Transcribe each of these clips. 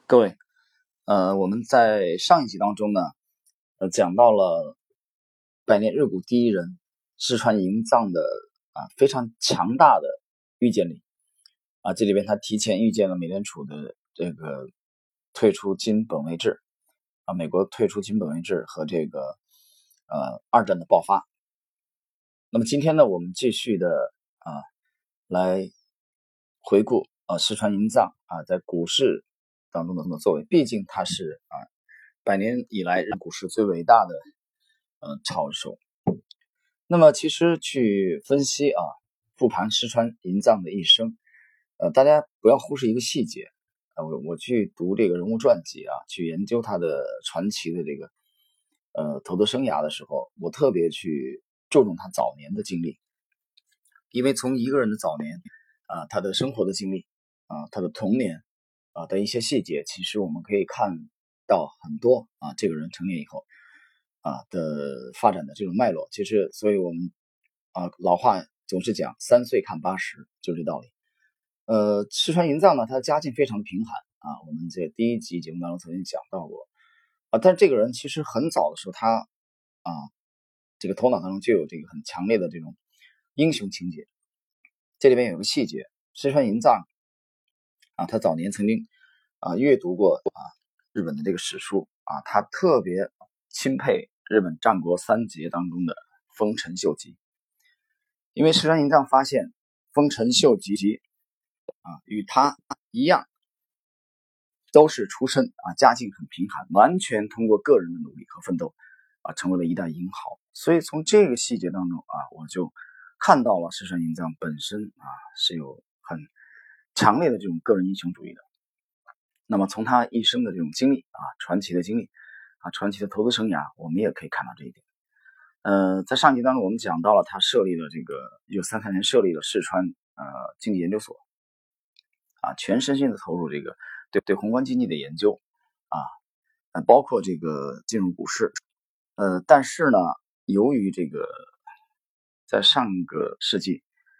各位，我们在上一集当中呢，讲到了百年日股第一人石川银藏的非常强大的预见力这里边他提前预见了美联储的这个退出金本位制美国退出金本位制和这个二战的爆发。那么今天呢，我们继续的来回顾石川银藏在股市当中的作为，毕竟他是百年以来日股市最伟大的炒手。那么其实去分析复盘石川银藏的一生，大家不要忽视一个细节我去读这个人物传记去研究他的传奇的这个投资生涯的时候，我特别去注重他早年的经历，因为从一个人的早年他的生活的经历他的童年的一些细节，其实我们可以看到很多这个人成年以后的发展的这种脉络。其实所以我们老话总是讲3岁看80，就这道理。石川银藏呢，他的家境非常的贫寒我们在第一集节目当中曾经讲到过但是这个人其实很早的时候他这个头脑当中就有这个很强烈的这种英雄情节。这里边有个细节，石川银藏他早年曾经阅读过日本的这个史书他特别钦佩日本战国三杰当中的丰臣秀吉，因为石川银藏发现丰臣秀吉与他一样都是出身家境很贫寒，完全通过个人的努力和奋斗成为了一代英豪。所以从这个细节当中我就看到了石川银藏本身是有很强烈的这种个人英雄主义的。那么从他一生的这种经历传奇的经历传奇的投资生涯，我们也可以看到这一点。在上集当中我们讲到了他设立了这个1933年设立了四川经济研究所全身心的投入这个对宏观经济的研究包括这个进入股市。但是呢，由于这个在上个世纪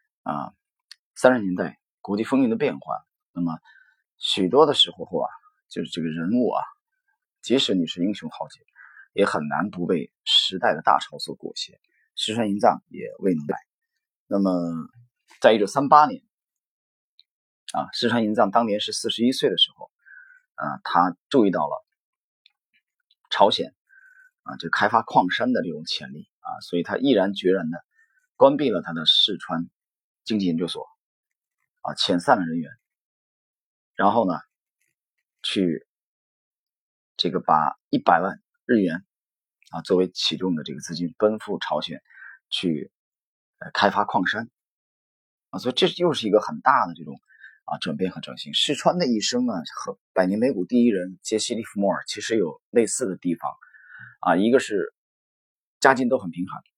30年代国际风云的变化，那么许多的时候就是这个人物即使你是英雄豪杰，也很难不被时代的大潮所裹挟。石川银藏也未能来。那么在1938年石川银藏当年是41岁的时候他注意到了朝鲜这开发矿山的这种潜力所以他毅然决然的关闭了他的四川经济研究所遣散了人员，然后呢去这个把100万日元作为启动的这个资金奔赴朝鲜去开发矿山所以这又是一个很大的这种转变和转型。石川的一生和百年美股第一人杰西·利弗莫尔其实有类似的地方一个是家境都很贫寒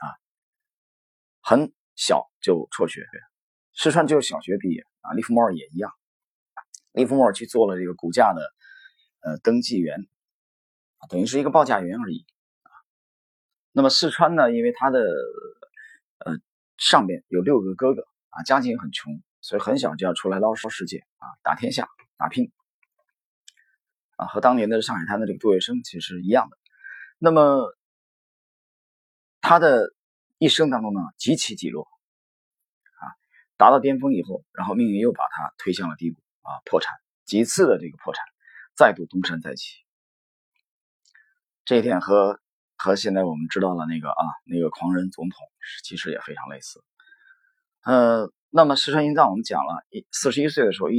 很小就辍学，石川就是小学毕业利弗莫尔也一样。利弗莫尔去做了这个股价的登记员等于是一个报价员而已那么石川呢，因为他的上面有6个哥哥家境很穷，所以很小就要出来捞世界打天下打拼和当年的上海滩的这个杜月笙其实一样的。那么他的一生当中呢极起极落达到巅峰以后，然后命运又把他推向了低谷破产，几次的这个破产，再度东山再起。这一点和现在我们知道了那个狂人总统其实也非常类似。那么石川银藏我们讲了41岁的时候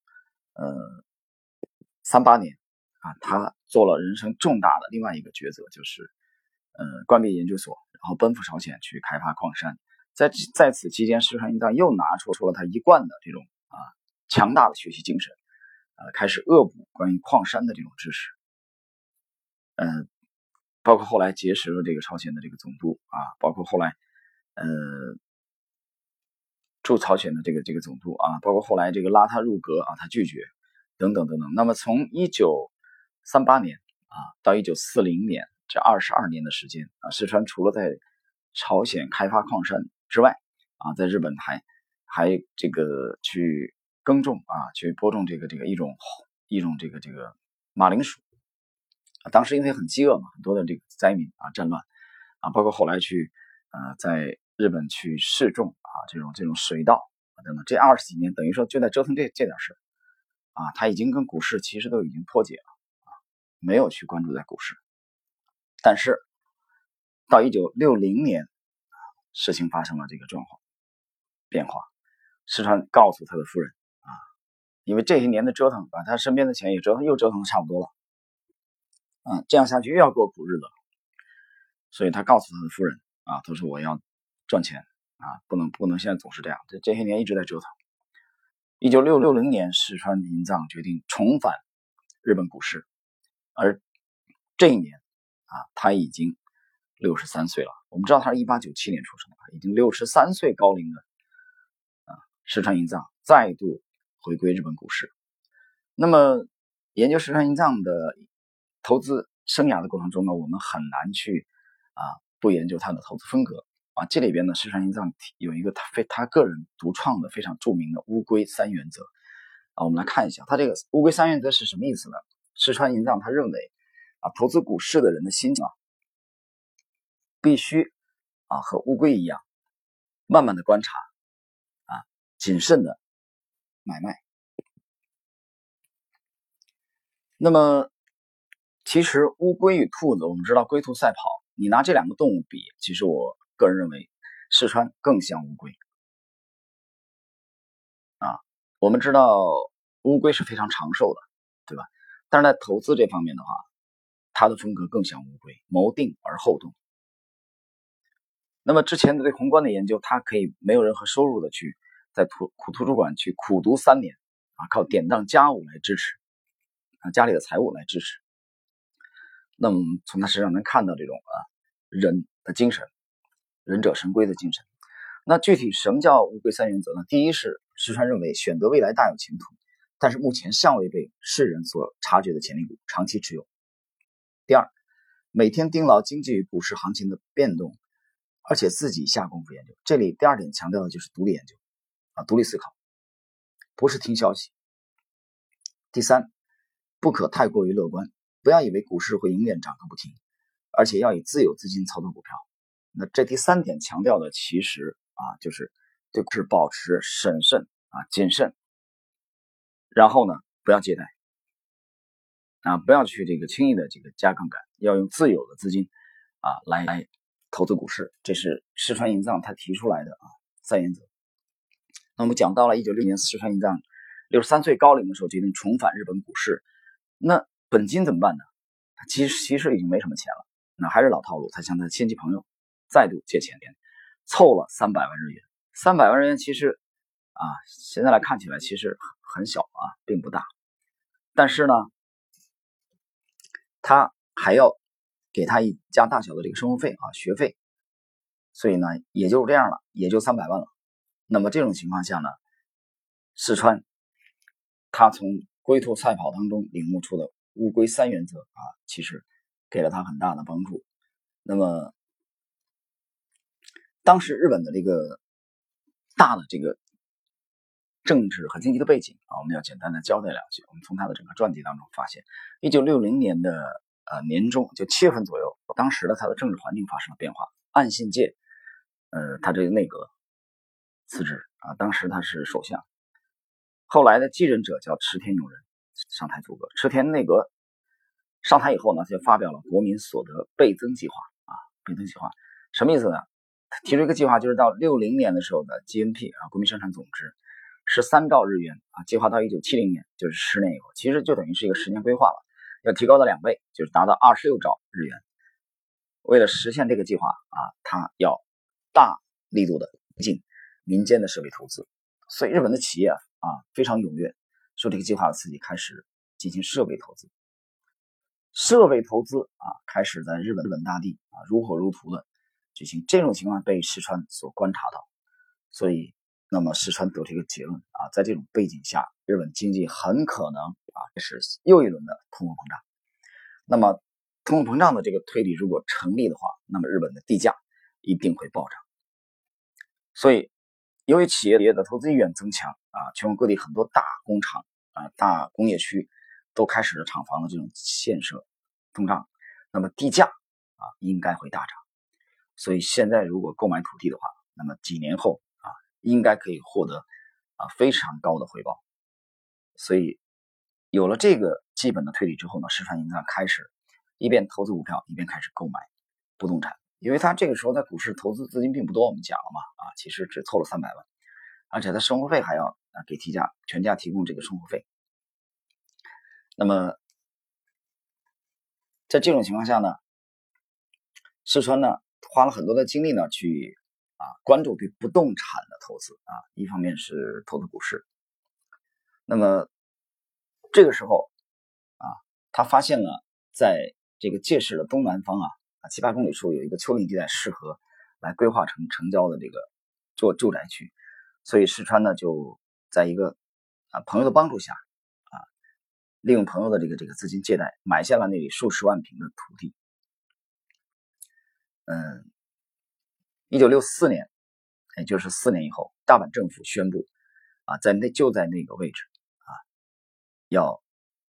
1938年他做了人生重大的另外一个抉择，就是关闭研究所，然后奔赴朝鲜去开发矿山。在此期间，石川银藏又拿出了他一贯的这种强大的学习精神开始恶补关于矿山的这种知识包括后来结识了这个朝鲜的这个总督包括后来驻朝鲜的这个总督包括后来这个拉他入阁他拒绝等等等等。那么从1938年到1940年这22年的时间石川除了在朝鲜开发矿山之外在日本还这个去耕种去播种这个一种这个马铃薯当时因为很饥饿嘛，很多的这个灾民战乱包括后来去在日本去试种这种水稻等等，这20几年等于说就在折腾这点事他已经跟股市其实都已经脱节了没有去关注在股市。但是到1960年事情发生了这个状况变化，石川告诉他的夫人因为这些年的折腾把他身边的钱也又折腾的差不多了这样下去又要过苦日子了，所以他告诉他的夫人他说我要赚钱不能现在总是这样，这些年一直在折腾。1960年石川银藏决定重返日本股市，而这一年他已经63岁了。我们知道他是1897年出生的，已经63岁高龄的石川银藏再度回归日本股市。那么研究石川银藏的投资生涯的过程中呢，我们很难去不研究他的投资风格这里边呢，石川银藏有一个他个人独创的非常著名的乌龟三原则我们来看一下他这个乌龟三原则是什么意思呢？石川银藏他认为投资股市的人的心情必须和乌龟一样，慢慢的观察谨慎的买卖。那么其实乌龟与兔子，我们知道龟兔赛跑，你拿这两个动物比，其实我个人认为石川更像乌龟我们知道乌龟是非常长寿的，对吧？但是在投资这方面的话，他的风格更像乌龟，谋定而后动。那么之前的对宏观的研究，他可以没有任何收入的去在图书馆去苦读3年靠典当家务来支持家里的财务来支持。那么从他身上能看到这种人的精神，仁者神龟的精神。那具体什么叫乌龟三原则呢？第一是石川认为选择未来大有前途，但是目前尚未被世人所察觉的潜力股长期持有。第二，每天盯牢经济与股市行情的变动，而且自己下功夫研究。这里第2点强调的就是独立研究独立思考，不是听消息。第三，不可太过于乐观，不要以为股市会永远涨个不停，而且要以自有资金操作股票。那这第3点强调的其实就是对股市保持审慎谨慎，然后呢不要借贷不要去轻易的加杠杆，要用自有的资金来投资股市。这是石川银藏他提出来的3原则。那我们讲到了1960年石川银藏63岁高龄的时候决定重返日本股市，那本金怎么办呢？他其实已经没什么钱了，那还是老套路，他向他的亲戚朋友再度借钱，凑了300万日元。300万日元其实现在来看起来其实很小并不大，但是呢他还要给他一家大小的这个生活费学费，所以呢也就这样了，也就300万了。那么这种情况下呢，石川他从龟兔赛跑当中领悟出的乌龟3原则其实给了他很大的帮助。那么当时日本的这个大的这个政治和经济的背景我们要简单的交代2句。我们从他的整个传记当中发现，1960年的年中，就7月份左右，当时的他的政治环境发生了变化。岸信介他这个内阁辞职当时他是首相，后来的继任者叫池田勇人上台组阁。池田内阁上台以后呢，他就发表了国民所得倍增计划倍增计划什么意思呢？他提出一个计划，就是到60年的时候的 GNP 国民生产总值13兆日元计划到1970年，就是10年以后，其实就等于是一个10年规划了，要提高到2倍，就是达到26兆日元。为了实现这个计划他要大力度的进民间的设备投资，所以日本的企业非常踊跃，受这个计划的刺激，开始进行设备投资。设备投资开始在日本大地如火如荼的举行。这种情况被石川所观察到，所以那么石川得出一个结论在这种背景下，日本经济很可能开始又一轮的通货膨胀。那么通货膨胀的这个推理如果成立的话，那么日本的地价一定会暴涨。所以由于企业的投资意愿增强全国各地很多大工厂大工业区都开始了厂房的这种建设通胀，那么地价应该会大涨。所以现在如果购买土地的话，那么几年后应该可以获得非常高的回报。所以有了这个基本的推理之后呢，石川银藏开始一边投资股票，一边开始购买不动产。因为他这个时候在股市投资资金并不多，我们讲了嘛，其实只凑了300万，而且他生活费还要给全家提供这个生活费。那么在这种情况下呢，石川呢花了很多的精力呢去关注对不动产的投资一方面是投资股市。那么这个时候他发现了在这个界市的东南方7-8公里处有一个丘陵地带适合来规划成城郊的这个做住宅区，所以石川呢就在一个朋友的帮助下利用朋友的这个资金借贷买下了那里数十万平的土地。1964年，也就是4年以后，大阪政府宣布就在那个位置要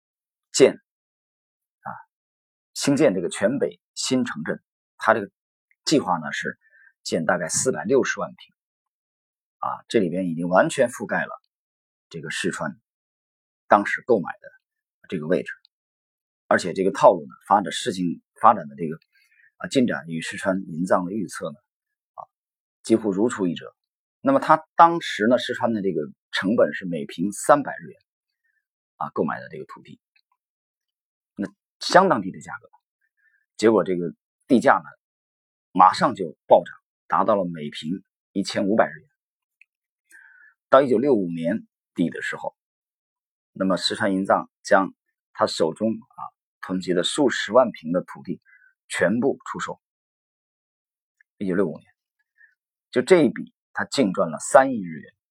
兴建这个全北新城镇。它这个计划呢是建大概460万平这里边已经完全覆盖了这个石川当时购买的这个位置，而且这个套路呢事情发展的这个进展与石川银藏的预测呢几乎如出一辙。那么他当时呢石川的这个成本是每平300日元购买的这个土地，那相当低的价格。结果这个地价呢马上就暴涨，达到了每平1500日元。到1965年底的时候，那么石川银藏将他手中囤积的数十万平的土地全部出售。1965年就这一笔他净赚了3亿日元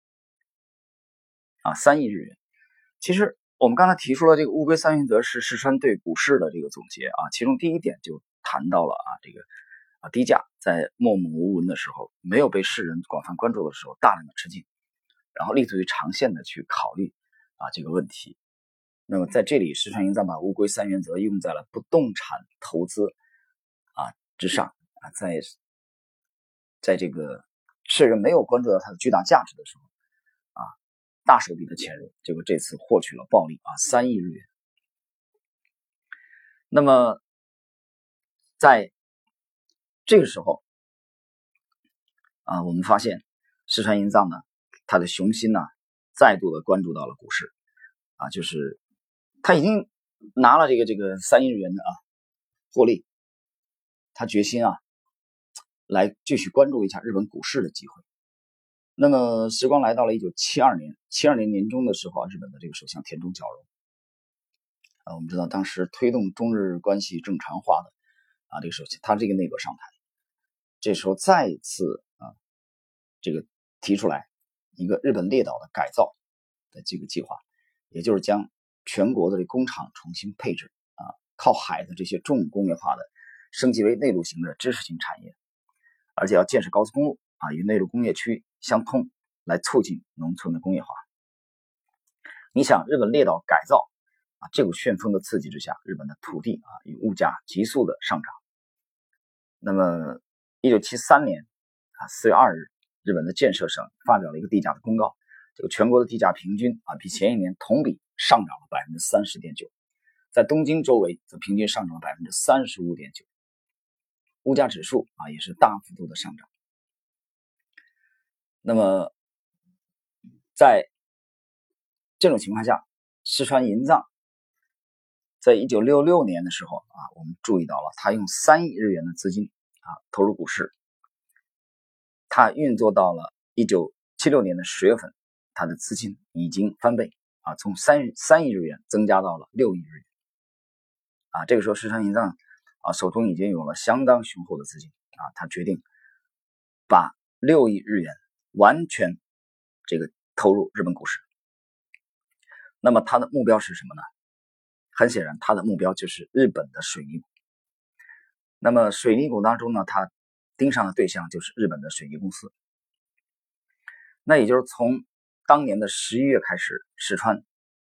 3亿日元。其实我们刚才提出了这个乌龟3原则是石川对股市的这个总结其中第一点就谈到了这个低价在默默无闻的时候，没有被世人广泛关注的时候大量的吃进，然后立足于长线的去考虑这个问题。那么在这里石川银藏把乌龟3原则用在了不动产投资之上在这个世人没有关注到它的巨大价值的时候大手笔的潜入，结果这次获取了暴利3亿日元。那么在这个时候我们发现石川银藏呢他的雄心呢再度的关注到了股市就是他已经拿了这个3亿日元的获利，他决心来继续关注一下日本股市的机会。那么时光来到了1972年，72年年中的时候日本的这个首相田中角荣我们知道当时推动中日关系正常化的这个首相，他这个内阁上台，这时候再一次这个提出来一个日本列岛的改造的这个计划，也就是将全国的这工厂重新配置靠海的这些重工业化的升级为内陆型的知识型产业，而且要建设高速公路与内陆工业区相通，来促进农村的工业化。你想日本列岛改造这股旋风的刺激之下，日本的土地与物价急速的上涨。那么1973年4月2日，日本的建设省发表了一个地价的公告，这个全国的地价平均比前一年同比上涨了 30.9%， 在东京周围则平均上涨了 35.9%， 物价指数也是大幅度的上涨。那么在这种情况下，石川银藏在1966年的时候我们注意到了他用3亿日元的资金投入股市，他运作到了1976年的10月份，他的资金已经翻倍从3亿日元增加到了6亿日元这个时候石川银藏手中已经有了相当雄厚的资金他决定把6亿日元完全这个投入日本股市。那么他的目标是什么呢？很显然他的目标就是日本的水泥股。那么水泥股当中呢，他盯上的对象就是日本的水泥公司。那也就是从当年的11月开始，石川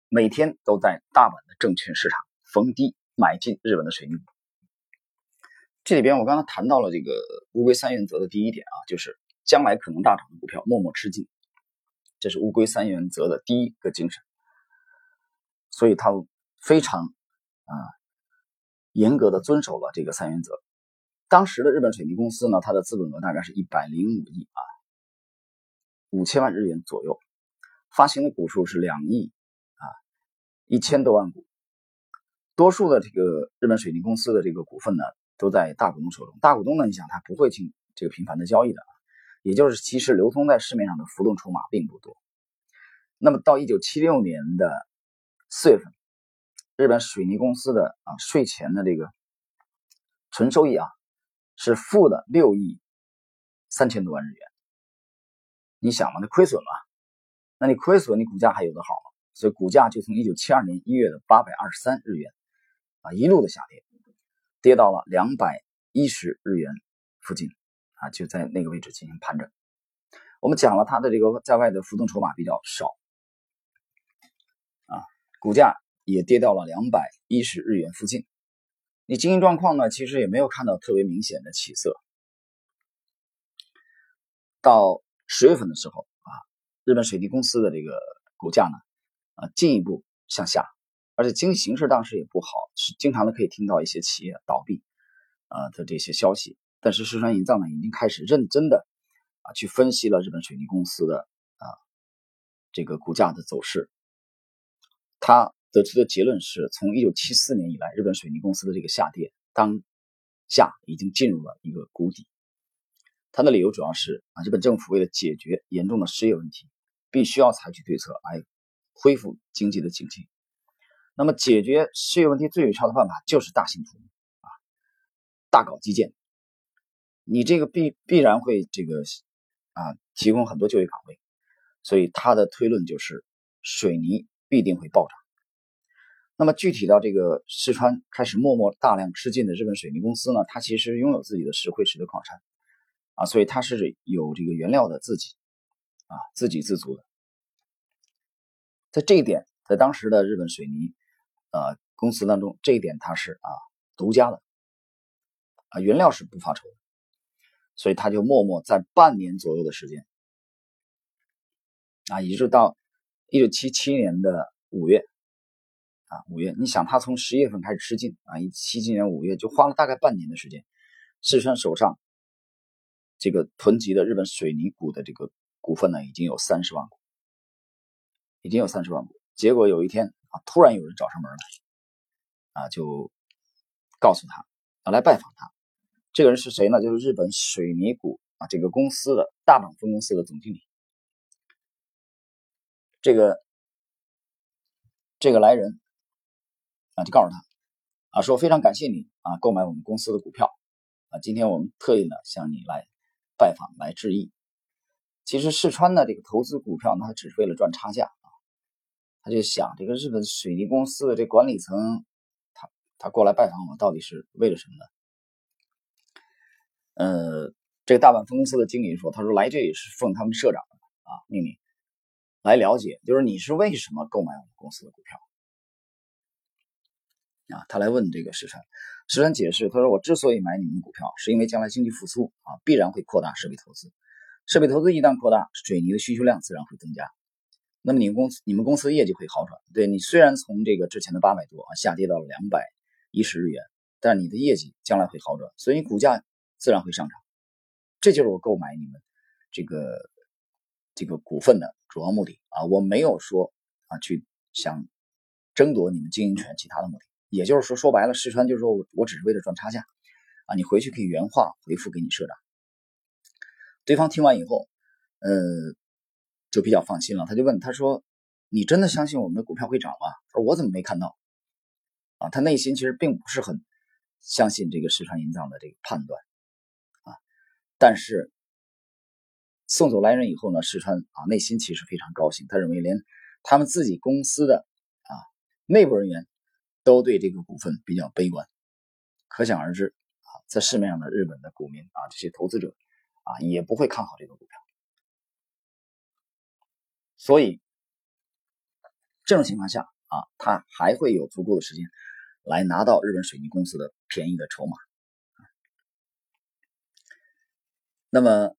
每天都在大阪的证券市场逢低买进日本的水泥股。这里边我刚才谈到了这个乌龟三原则的第一点啊，就是将来可能大涨的股票默默吃进，这是乌龟三原则的第一个精神。所以他非常严格的遵守了这个三原则。当时的日本水泥公司呢，它的资本额大概是105亿5000万日元左右，发行的股数是2亿1000多万股。多数的这个日本水泥公司的这个股份呢，都在大股东手中。大股东呢，你想他不会去这个频繁的交易的，也就是其实流通在市面上的浮动筹码并不多。那么到1976年的4月份，日本水泥公司的税前的这个纯收益是负的6亿3000多万日元。你想嘛，那亏损嘛，那你亏损，你股价还有的好吗？所以股价就从1972年1月的823日元一路的下跌，跌到了210日元附近就在那个位置进行盘整。我们讲了它的这个在外的浮动筹码比较少股价也跌到了210日元附近。你经营状况呢，其实也没有看到特别明显的起色。到10月份的时候日本水泥公司的这个股价呢进一步向下，而且经济形势当时也不好，是经常的可以听到一些企业倒闭的这些消息。但是石川银藏呢，已经开始认真的去分析了日本水泥公司的这个股价的走势。他得出的结论是，从1974年以来，日本水泥公司的这个下跌当下已经进入了一个谷底。他的理由主要是日本政府为了解决严重的失业问题，必须要采取对策来恢复经济的景气。那么解决失业问题最有效的办法就是大兴土木大搞基建。你这个必然会这个提供很多就业岗位，所以他的推论就是水泥必定会暴涨。那么具体到这个石川开始默默大量吃进的日本水泥公司呢，它其实拥有自己的石灰石的矿山所以它是有这个原料的自给自足的。在这一点，在当时的日本水泥公司当中，这一点它是独家的原料是不发愁的。所以他就默默在半年左右的时间也就是到1977年的5月5月，你想他从10月份开始吃进17年5月就花了大概半年的时间，石川手上这个囤积的日本水泥股的这个股份呢，已经有30万股，结果有一天突然有人找上门来就告诉他来拜访他。这个人是谁呢？就是日本水泥股这个公司的大阪分公司的总经理。这个来人就告诉他说非常感谢你购买我们公司的股票今天我们特意呢向你来拜访来致意。其实石川的这个投资股票呢，他只是为了赚差价他就想这个日本水泥公司的这管理层他过来拜访我到底是为了什么呢？这个大阪分公司的经理说，他说来这里是奉他们社长的命令来了解，就是你是为什么购买我们公司的股票他来问这个石川解释，他说我之所以买你们股票，是因为将来经济复苏必然会扩大设备投资，设备投资一旦扩大，水泥的需求量自然会增加，那么你们公司的业绩会好转。对，你虽然从这个之前的800多下跌到了210日元，但是你的业绩将来会好转，所以股价自然会上涨。这就是我购买你们这个股份的主要目的我没有说去想争夺你们经营权其他的目的。也就是说白了，石川就是说我只是为了赚差价你回去可以原话回复给你社长。对方听完以后就比较放心了，他就问他说你真的相信我们的股票会涨吗？他说我怎么没看到他内心其实并不是很相信这个石川银藏的这个判断但是送走来人以后呢，石川内心其实非常高兴，他认为连他们自己公司的内部人员都对这个股份比较悲观，可想而知在市面上的日本的股民这些投资者也不会看好这个股票。所以这种情况下他还会有足够的时间来拿到日本水泥公司的便宜的筹码。那么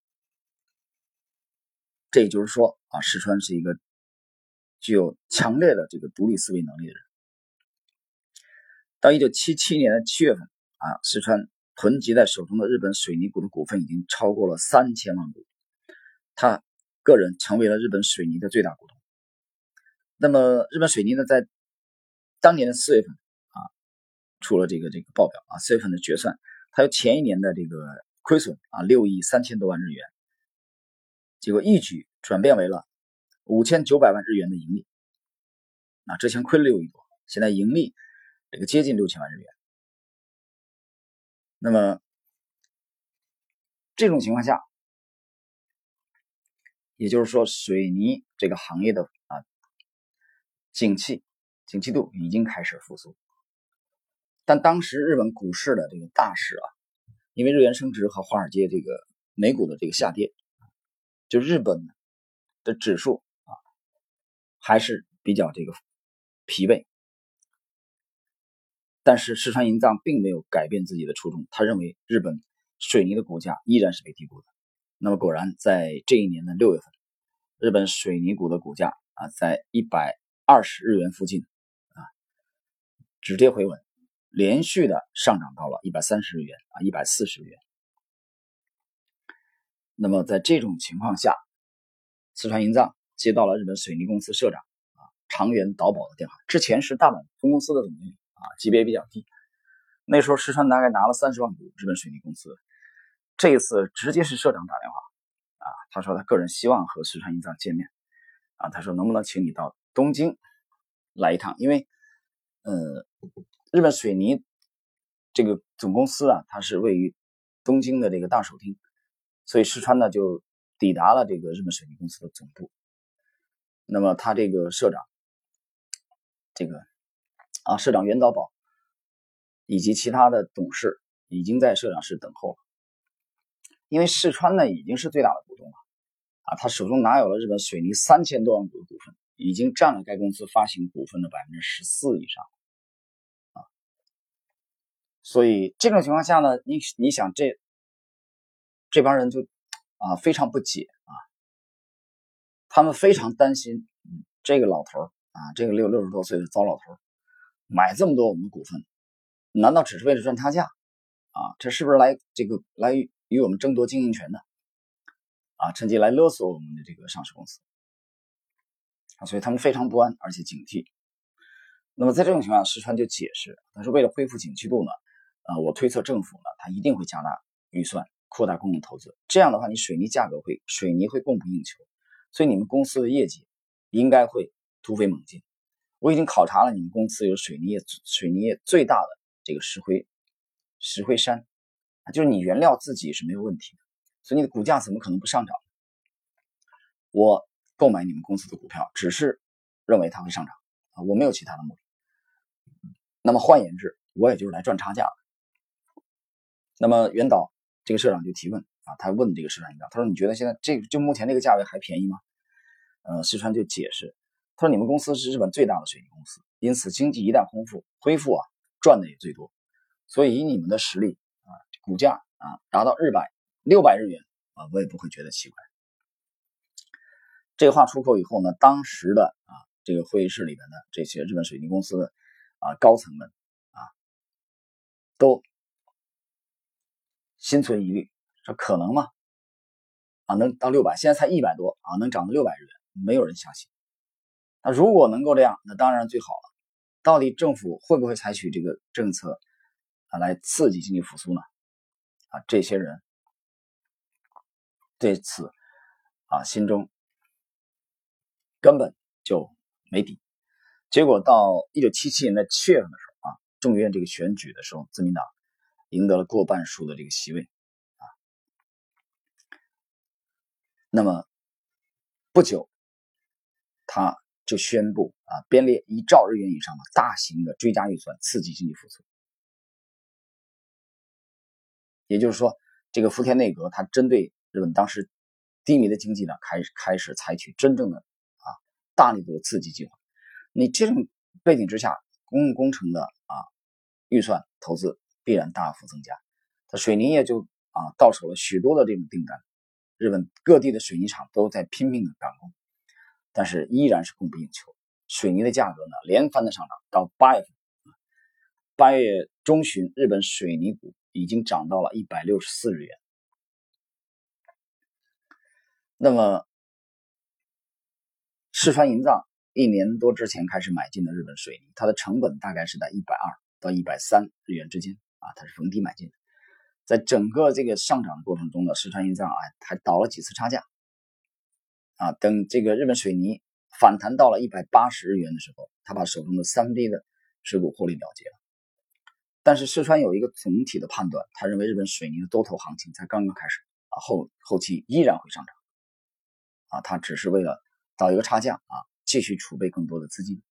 这也就是说石川是一个具有强烈的这个独立思维能力的人。到1977年的7月份石川囤积在手中的日本水泥股的股份已经超过了3000万股，他个人成为了日本水泥的最大股东。那么日本水泥呢，在当年的4月份出了这个报表4月份的决算，它由前一年的这个亏损6亿3000多万日元，结果一举转变为了5900万日元的盈利。之前亏了6亿多，现在盈利这个接近6000万日元。那么这种情况下，也就是说水泥这个行业的景气度已经开始复苏。但当时日本股市的这个大势因为日元升值和华尔街这个美股的这个下跌，就日本的指数还是比较这个疲惫。但是石川银藏并没有改变自己的初衷，他认为日本水泥的股价依然是被低估的。那么果然在这一年的6月份，日本水泥股的股价在120日元附近止跌回稳，连续的上涨到了130日元140日元。那么在这种情况下，石川银藏接到了日本水泥公司社长长原岛保的电话。之前是大阪分公司的总经理级别比较低，那时候石川大概拿了30万股日本水泥公司。这一次直接是社长打电话他说他个人希望和石川银藏见面他说能不能请你到东京来一趟，因为日本水泥这个总公司它是位于东京的这个大手町，所以石川呢就抵达了这个日本水泥公司的总部。那么他这个社长社长原岛保以及其他的董事已经在社长室等候了。因为石川呢已经是最大的股东了他手中拿有了日本水泥3000多万股的股份，已经占了该公司发行股份的14%以上所以这种情况下呢，你想这帮人就非常不解他们非常担心这个老头这个60多岁的糟老头买这么多我们的股份，难道只是为了赚差价这是不是来与我们争夺经营权的趁机来勒索我们的这个上市公司所以他们非常不安而且警惕。那么在这种情况下，石川就解释，他说为了恢复景气度呢我推测政府呢他一定会加大预算，扩大公共投资，这样的话你水泥会供不应求，所以你们公司的业绩应该会突飞猛进。我已经考察了你们公司有水泥业最大的这个石灰山就是你原料自己是没有问题的，所以你的股价怎么可能不上涨？我购买你们公司的股票只是认为它会上涨我没有其他的目的。那么换言之，我也就是来赚差价的。那么原岛这个社长就提问他问这个石川银藏，他说你觉得现在就目前这个价位还便宜吗？石川就解释，他说你们公司是日本最大的水泥公司，因此经济一旦恢复赚的也最多，所以以你们的实力股价达到600日元我也不会觉得奇怪。这个话出口以后呢，当时的这个会议室里边的这些日本水泥公司的高层们都心存疑虑，说可能吗？能到600，现在才100多能涨到600日元，没有人相信。那如果能够这样，那当然最好了。到底政府会不会采取这个政策来刺激经济复苏呢？这些人对此心中根本就没底。结果到1977年的7月份的时候众议院这个选举的时候，自民党赢得了过半数的这个席位那么不久他就宣布编列1兆日元以上的大型的追加预算，刺激经济复苏。也就是说，这个福田内阁它针对日本当时低迷的经济呢，开始采取真正的大力度的刺激计划。你这种背景之下，公共工程的预算投资必然大幅增加，它水泥业就到手了许多的这种订单，日本各地的水泥厂都在拼命的赶工，但是依然是供不应求，水泥的价格呢连番的上涨，到8月份，8月中旬，日本水泥股已经涨到了164日元。那么四川银藏1年多之前开始买进的日本水泥，它的成本大概是在120到130日元之间它是逢低买进的。在整个这个上涨的过程中呢，四川银藏还倒了几次差价等这个日本水泥反弹到了180日元的时候，他把手中的1/3的持股获利了结了。但是四川有一个总体的判断，他认为日本水泥的多头行情才刚刚开始后期依然会上涨他只是为了倒一个差价继续储备更多的资金。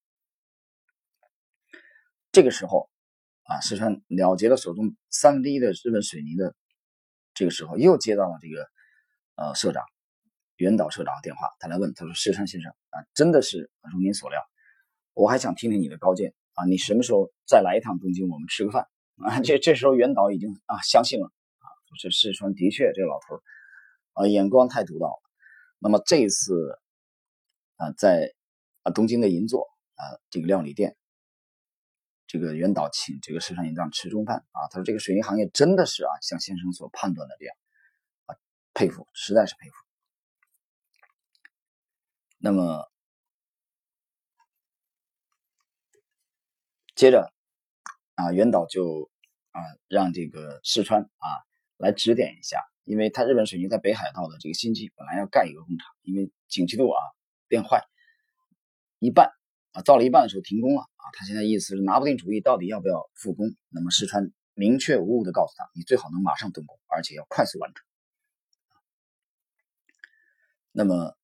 这个时候四川了结了手中1/3的日本水泥的这个时候，又接到了这个社长原岛社长的电话，他来问，他说四川先生真的是如您所料，我还想听听你的高见你什么时候再来一趟东京，我们吃个饭这时候原岛已经相信了这四川的确这个老头眼光太独到了。那么这一次在东京的银座这个料理店，这个原岛请这个四川银藏吃中饭他说这个水泥行业真的是像先生所判断的这样佩服，实在是佩服。那么接着原岛就让这个四川来指点一下，因为他日本水泥在北海道的这个新基本来要盖一个工厂，因为景气度变坏，一半到了一半的时候停工了他现在意思是拿不定主意到底要不要复工。那么四川明确无误的告诉他，你最好能马上动工，而且要快速完成。那么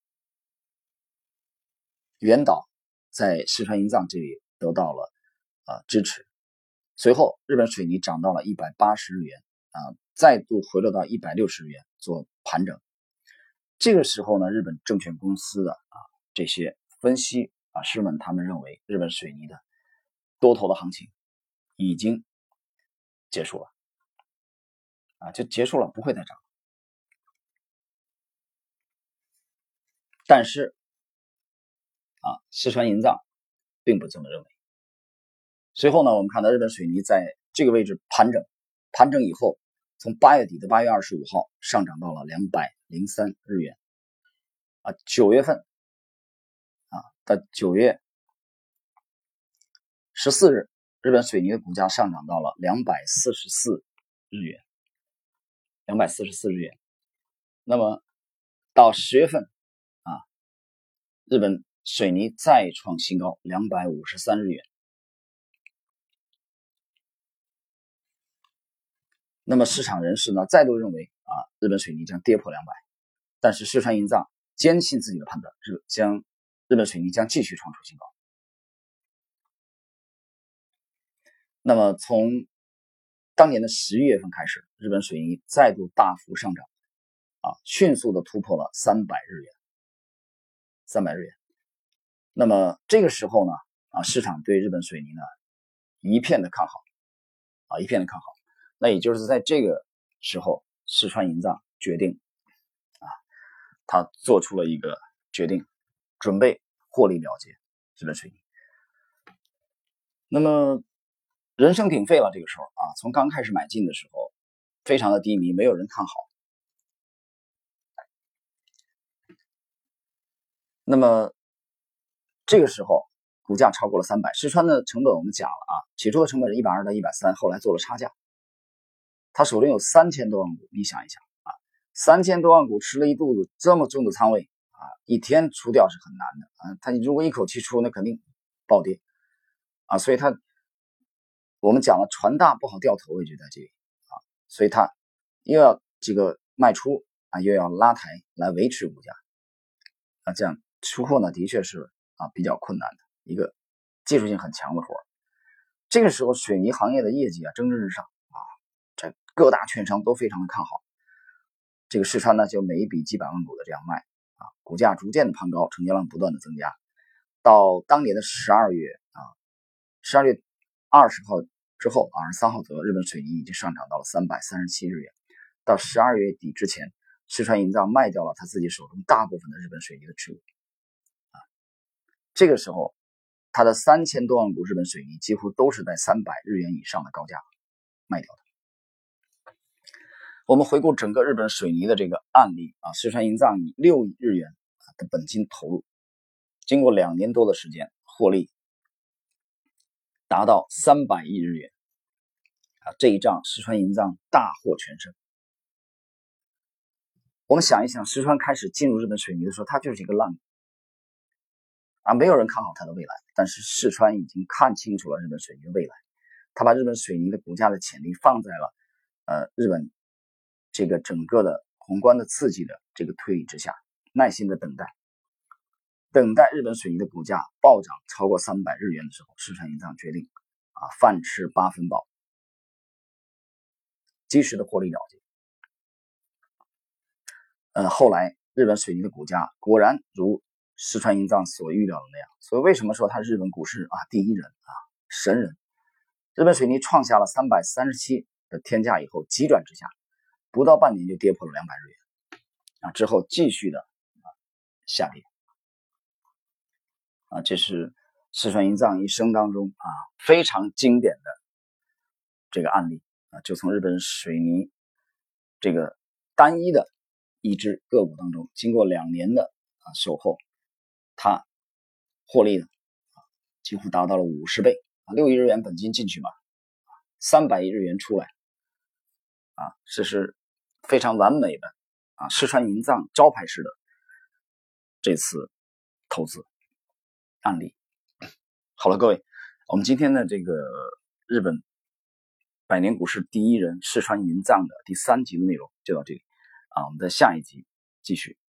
原岛在四川银藏这里得到了支持，随后日本水泥涨到了180日元再度回落到160日元做盘整。这个时候呢，日本证券公司的这些分析师们他们认为日本水泥的多头的行情已经结束了就结束了，不会再涨。但是四川银藏并不这么认为。随后呢，我们看到日本水泥在这个位置盘整以后，从8月底的8月25号上涨到了203日元9月份到9月14日，日本水泥的股价上涨到了244日元，244日元。那么到10月份日本水泥再创新高253日元。那么市场人士呢再度认为日本水泥将跌破200，但是四川银藏坚信自己的判断，日本水泥将继续创出新高。那么从当年的11月份开始，日本水泥再度大幅上涨迅速的突破了300日元。那么这个时候呢市场对日本水泥呢一片的看好那也就是在这个时候，四川银藏决定他做出了一个决定，准备获利了结日本水泥。那么人声鼎沸了，这个时候从刚开始买进的时候非常的低迷，没有人看好。那么这个时候股价超过了300，四川的成本我们讲了起初的成本是120到130，后来做了差价。他手中有3000多万股，你想一想3000多万股吃了一肚子这么重的仓位一天出掉是很难的他如果一口气出，那肯定暴跌所以我们讲了船大不好掉头，位就在这里所以他又要这个卖出又要拉抬来维持股价这样出货呢的确是比较困难的一个技术性很强的活。这个时候水泥行业的业绩蒸蒸日上这各大券商都非常的看好。这个四川呢就每一笔几百万股的这样卖股价逐渐的攀高，成交量不断的增加。 到当年的12月20号之后23号左右，日本水泥已经上涨到了337日元。到12月底之前，石川银藏卖掉了他自己手中大部分的日本水泥的持股。这个时候，他的3000多万股日本水泥几乎都是在300日元以上的高价卖掉的。我们回顾整个日本水泥的这个案例石川银藏以6亿日元的本金投入，经过2年多的时间，获利达到300亿日元这一仗石川银藏大获全胜。我们想一想，石川开始进入日本水泥的时候，他就是一个烂股没有人看好它的未来，但是石川已经看清楚了日本水泥的未来，他把日本水泥的股价的潜力放在了日本这个整个的宏观的刺激的这个推理之下，耐心的等待日本水泥的股价暴涨超过300日元的时候，石川银藏决定饭吃8分饱，及时的获利了结。后来日本水泥的股价果然如石川银藏所预料的那样，所以为什么说他是日本股市第一人神人？日本水泥创下了337的天价以后，急转直下，不到半年就跌破了200日元之后继续的下跌这是石川银藏一生当中非常经典的这个案例就从日本水泥这个单一的一只个股当中，经过2年的守候，它获利几乎达到了50倍6亿日元本金进去嘛，300亿日元出来这是非常完美的石川银藏招牌式的这次投资案例。好了，各位，我们今天的这个日本百年股市第一人石川银藏的第3集的内容就到这里我们在下一集继续。